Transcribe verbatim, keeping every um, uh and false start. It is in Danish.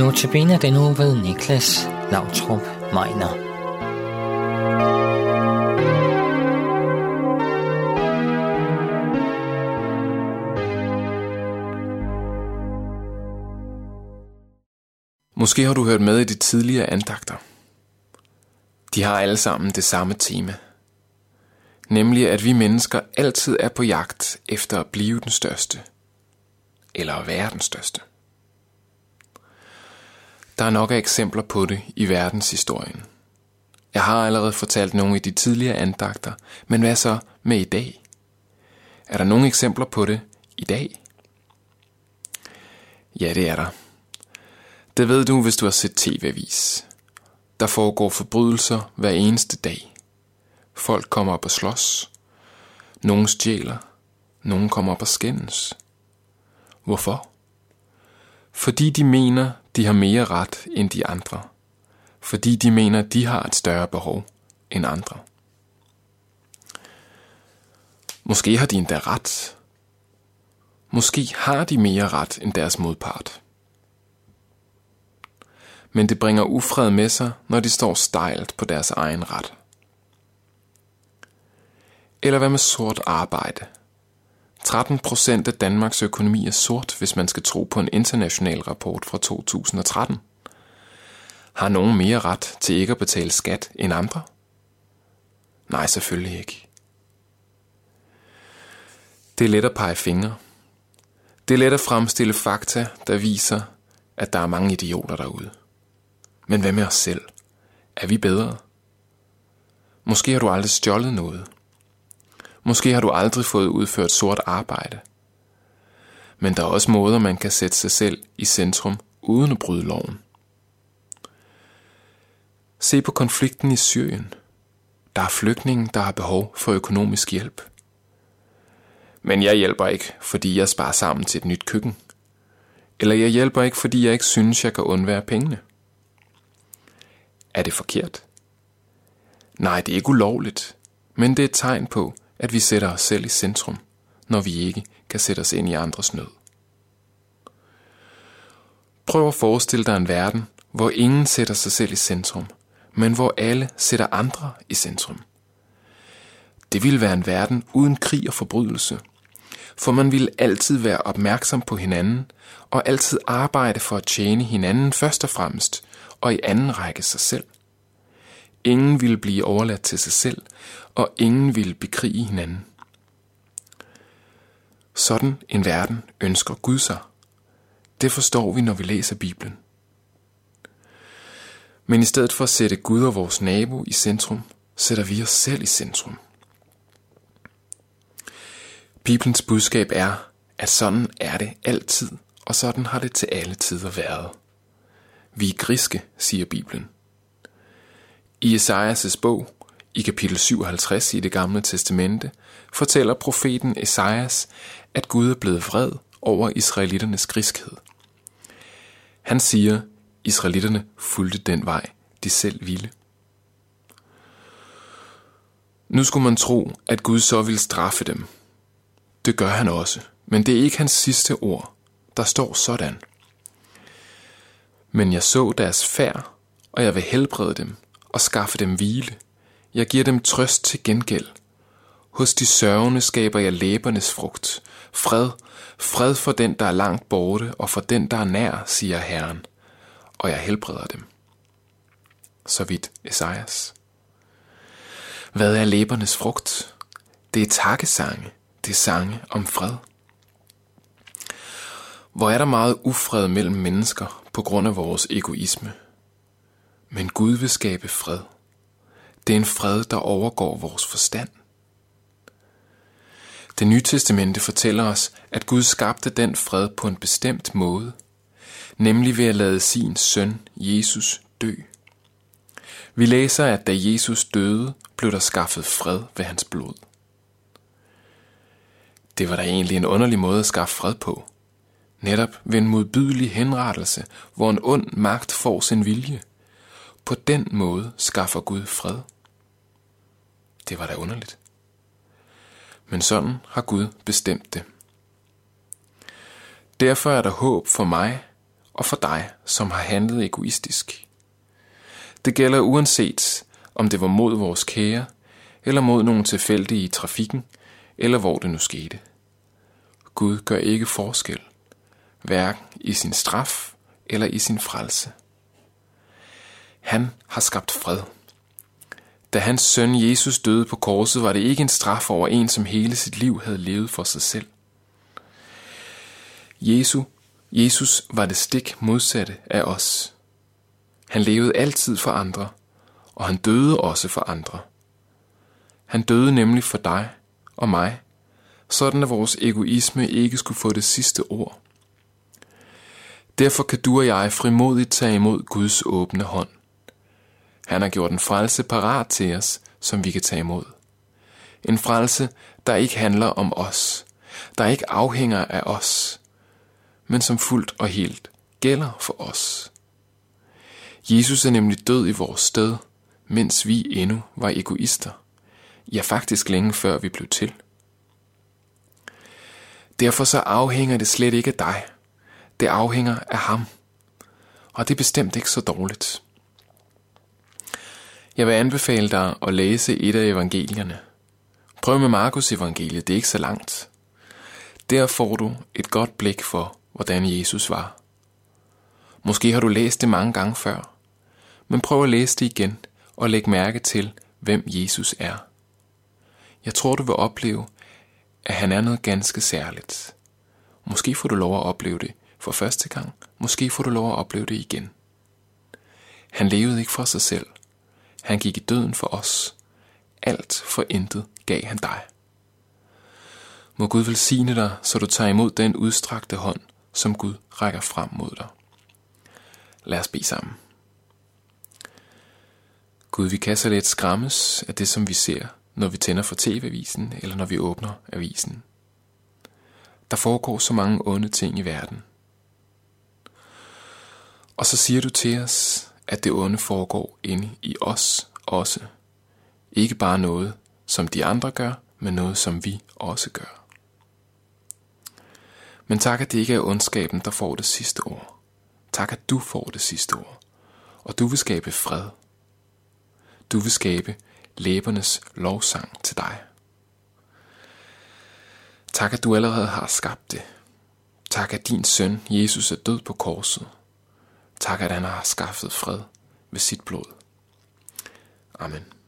Notabene den nu ved Niklas Lautrup Meiner. Måske har du hørt med i de tidligere andagter. De har alle sammen det samme tema. Nemlig at vi mennesker altid er på jagt efter at blive den største. Eller at være den største. Der er nok af eksempler på det i verdenshistorien. Jeg har allerede fortalt nogle i de tidligere andagter, men hvad så med i dag? Er der nogle eksempler på det i dag? Ja, det er der. Det ved du, hvis du har set tv-avis. Der foregår forbrydelser hver eneste dag. Folk kommer op og slås. Nogle stjæler. Nogle kommer op og skændes. Hvorfor? Fordi de mener, de har mere ret end de andre. Fordi de mener, de har et større behov end andre. Måske har de endda ret. Måske har de mere ret end deres modpart. Men det bringer ufred med sig, når de står stejlt på deres egen ret. Eller hvad med sort arbejde? tretten procent af Danmarks økonomi er sort, hvis man skal tro på en international rapport fra to tusind og tretten. Har nogen mere ret til ikke at betale skat end andre? Nej, selvfølgelig ikke. Det er let at pege fingre. Det er let at fremstille fakta, der viser, at der er mange idioter derude. Men hvad med os selv? Er vi bedre? Måske har du aldrig stjålet noget. Måske har du aldrig fået udført sort arbejde. Men der er også måder, man kan sætte sig selv i centrum uden at bryde loven. Se på konflikten i Syrien. Der er flygtninge, der har behov for økonomisk hjælp. Men jeg hjælper ikke, fordi jeg sparer sammen til et nyt køkken. Eller jeg hjælper ikke, fordi jeg ikke synes, jeg kan undvære pengene. Er det forkert? Nej, det er ikke ulovligt, men det er et tegn på, at vi sætter os selv i centrum, når vi ikke kan sætte os ind i andres nød. Prøv at forestille dig en verden, hvor ingen sætter sig selv i centrum, men hvor alle sætter andre i centrum. Det ville være en verden uden krig og forbrydelse, for man ville altid være opmærksom på hinanden, og altid arbejde for at tjene hinanden først og fremmest, og i anden række sig selv. Ingen ville blive overladt til sig selv, og ingen ville bekrige hinanden. Sådan en verden ønsker Gud sig. Det forstår vi, når vi læser Bibelen. Men i stedet for at sætte Gud og vores nabo i centrum, sætter vi os selv i centrum. Bibelens budskab er, at sådan er det altid, og sådan har det til alle tider været. Vi er griske, siger Bibelen. I Esajas' bog, i kapitel syvoghalvtreds i det gamle testamente, fortæller profeten Esajas, at Gud er blevet vred over israelitternes griskhed. Han siger, israelitterne fulgte den vej, de selv ville. Nu skulle man tro, at Gud så ville straffe dem. Det gør han også, men det er ikke hans sidste ord. Der står sådan. Men jeg så deres færd, og jeg vil helbrede dem og skaffe dem hvile. Jeg giver dem trøst til gengæld. Hos de sørgende skaber jeg læbernes frugt. Fred, fred for den, der er langt borte, og for den, der er nær, siger Herren. Og jeg helbreder dem. Så vidt Esajas. Hvad er læbernes frugt? Det er takkesange. Det er sange om fred. Hvor er der meget ufred mellem mennesker på grund af vores egoisme. Men Gud vil skabe fred. Det er en fred, der overgår vores forstand. Det Nye Testamente fortæller os, at Gud skabte den fred på en bestemt måde, nemlig ved at lade sin søn, Jesus, dø. Vi læser, at da Jesus døde, blev der skaffet fred ved hans blod. Det var da egentlig en underlig måde at skaffe fred på. Netop ved en modbydelig henrettelse, hvor en ond magt får sin vilje. På den måde skaffer Gud fred. Det var da underligt. Men sådan har Gud bestemt det. Derfor er der håb for mig og for dig, som har handlet egoistisk. Det gælder uanset, om det var mod vores kære, eller mod nogen tilfældige i trafikken, eller hvor det nu skete. Gud gør ikke forskel, hverken i sin straf eller i sin frelse. Han har skabt fred. Da hans søn Jesus døde på korset, var det ikke en straf over en, som hele sit liv havde levet for sig selv. Jesus, Jesus var det stik modsatte af os. Han levede altid for andre, og han døde også for andre. Han døde nemlig for dig og mig, sådan at vores egoisme ikke skulle få det sidste ord. Derfor kan du og jeg frimodigt tage imod Guds åbne hånd. Han har gjort en frelse parat til os, som vi kan tage imod. En frelse, der ikke handler om os, der ikke afhænger af os, men som fuldt og helt gælder for os. Jesus er nemlig død i vores sted, mens vi endnu var egoister. Ja, faktisk længe før vi blev til. Derfor så afhænger det slet ikke af dig. Det afhænger af ham. Og det er bestemt ikke så dårligt. Jeg vil anbefale dig at læse et af evangelierne. Prøv med Markus evangeliet, det er ikke så langt. Der får du et godt blik for, hvordan Jesus var. Måske har du læst det mange gange før, men prøv at læse det igen og læg mærke til, hvem Jesus er. Jeg tror, du vil opleve, at han er noget ganske særligt. Måske får du lov at opleve det for første gang, måske får du lov at opleve det igen. Han levede ikke for sig selv. Han gik i døden for os. Alt for intet gav han dig. Må Gud velsigne dig, så du tager imod den udstrakte hånd, som Gud rækker frem mod dig. Lad os bede sammen. Gud, vi kan så let skræmmes af det, som vi ser, når vi tænder for tv-avisen eller når vi åbner avisen. Der foregår så mange onde ting i verden. Og så siger du til os, at det onde foregår inde i os også. Ikke bare noget, som de andre gør, men noget, som vi også gør. Men tak, at det ikke er ondskaben, der får det sidste ord. Tak, at du får det sidste ord. Og du vil skabe fred. Du vil skabe læbernes lovsang til dig. Tak, at du allerede har skabt det. Tak, at din søn, Jesus, er død på korset. Tak, at han har skaffet fred ved sit blod. Amen.